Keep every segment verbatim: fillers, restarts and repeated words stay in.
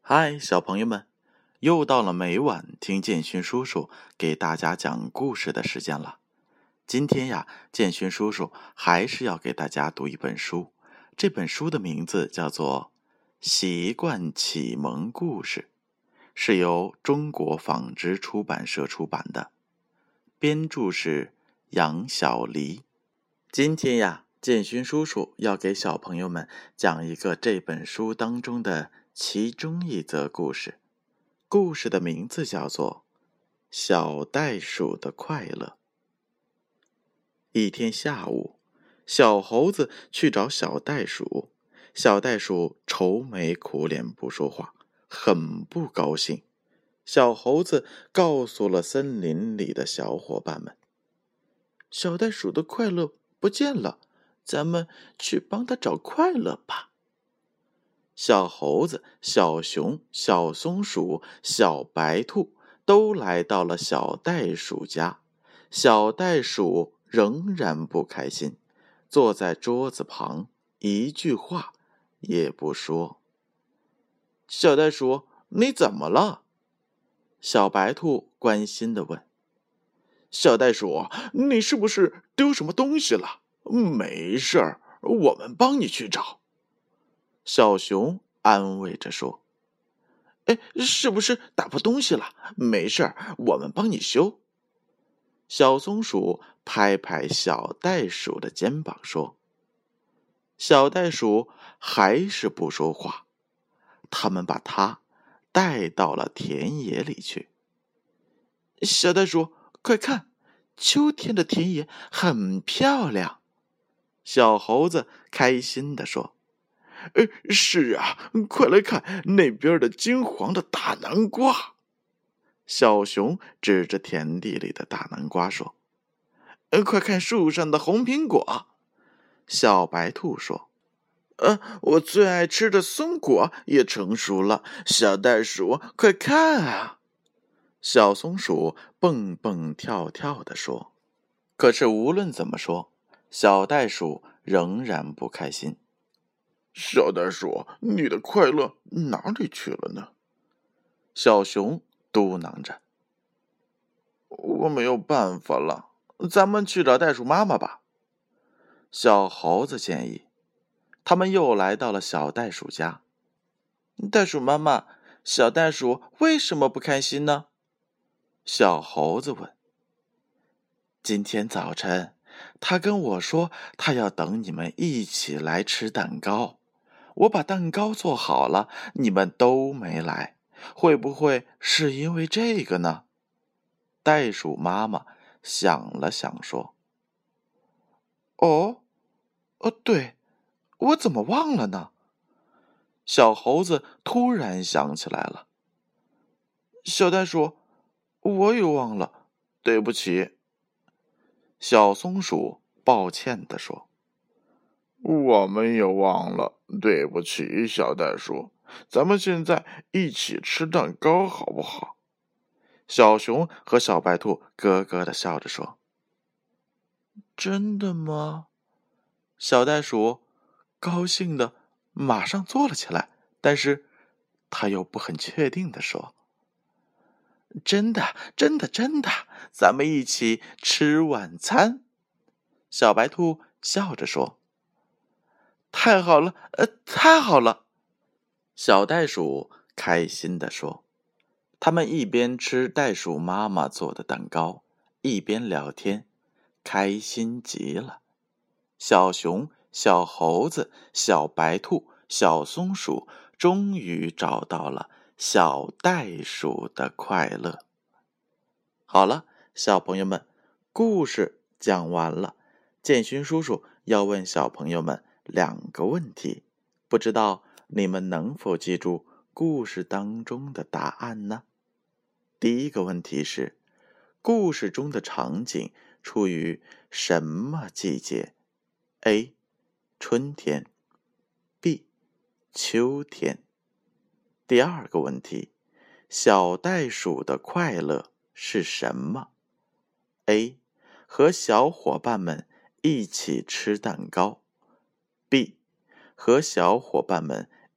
嗨，小朋友们，又到了每晚听建勋叔叔给大家讲故事的时间了。今天呀，建勋叔叔还是要给大家读一本书，这本书的名字叫做《习惯启蒙故事》，是由中国纺织出版社出版的，编著是杨小黎。今天呀，建勋叔叔要给小朋友们讲一个这本书当中的其中一则故事，故事的名字叫做《小袋鼠的快乐》。一天下午，小猴子去找小袋鼠，小袋鼠愁眉苦脸不说话，很不高兴。小猴子告诉了森林里的小伙伴们，小袋鼠的快乐不见了，咱们去帮他找快乐吧。小猴子、小熊、小松鼠、小白兔都来到了小袋鼠家。小袋鼠仍然不开心，坐在桌子旁，一句话也不说。小袋鼠，你怎么了？小白兔关心地问。小袋鼠，你是不是丢什么东西了？没事儿，我们帮你去找。小熊安慰着说：“哎，是不是打破东西了？没事儿，我们帮你修。”小松鼠拍拍小袋鼠的肩膀说：“小袋鼠还是不说话。”他们把它带到了田野里去。小袋鼠，快看，秋天的田野很漂亮。小猴子开心地说。呃，是啊，快来看那边的金黄的大南瓜。小熊指着田地里的大南瓜说：“呃，快看树上的红苹果。”小白兔说：“呃，我最爱吃的松果也成熟了。小袋鼠，快看啊！”小松鼠蹦蹦跳跳地说。可是无论怎么说，小袋鼠仍然不开心。小袋鼠，你的快乐哪里去了呢？小熊嘟囔着。我没有办法了，咱们去找袋鼠妈妈吧。小猴子建议。他们又来到了小袋鼠家。袋鼠妈妈，小袋鼠为什么不开心呢？小猴子问。今天早晨，他跟我说他要等你们一起来吃蛋糕。我把蛋糕做好了，你们都没来，会不会是因为这个呢？袋鼠妈妈想了想说：“哦，哦，对，我怎么忘了呢？”小猴子突然想起来了。小袋鼠，我也忘了，对不起。小松鼠抱歉地说。我们也忘了，对不起，小袋鼠。咱们现在一起吃蛋糕好不好？小熊和小白兔咯咯地笑着说。真的吗？小袋鼠高兴的马上坐了起来，但是他又不很确定地说。真的，真的，真的，咱们一起吃晚餐。小白兔笑着说。太好了，呃，太好了！小袋鼠开心地说。他们一边吃袋鼠妈妈做的蛋糕，一边聊天，开心极了。小熊、小猴子、小白兔、小松鼠终于找到了小袋鼠的快乐。好了，小朋友们，故事讲完了。建勋叔叔要问小朋友们两个问题，不知道你们能否记住故事当中的答案呢？第一个问题是，故事中的场景处于什么季节 ？A. 春天 B. 秋天。第二个问题，小袋鼠的快乐是什么 ？A. 和小伙伴们一起吃蛋糕 B. 和小伙伴们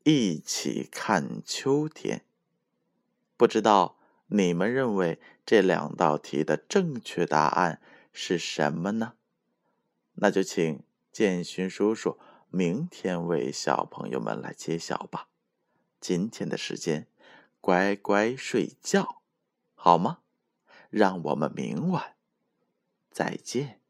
一起看秋天。不知道你们认为这两道题的正确答案是什么呢？那就请建勋叔叔明天为小朋友们来揭晓吧。今天的时间，乖乖睡觉，好吗？让我们明晚再见。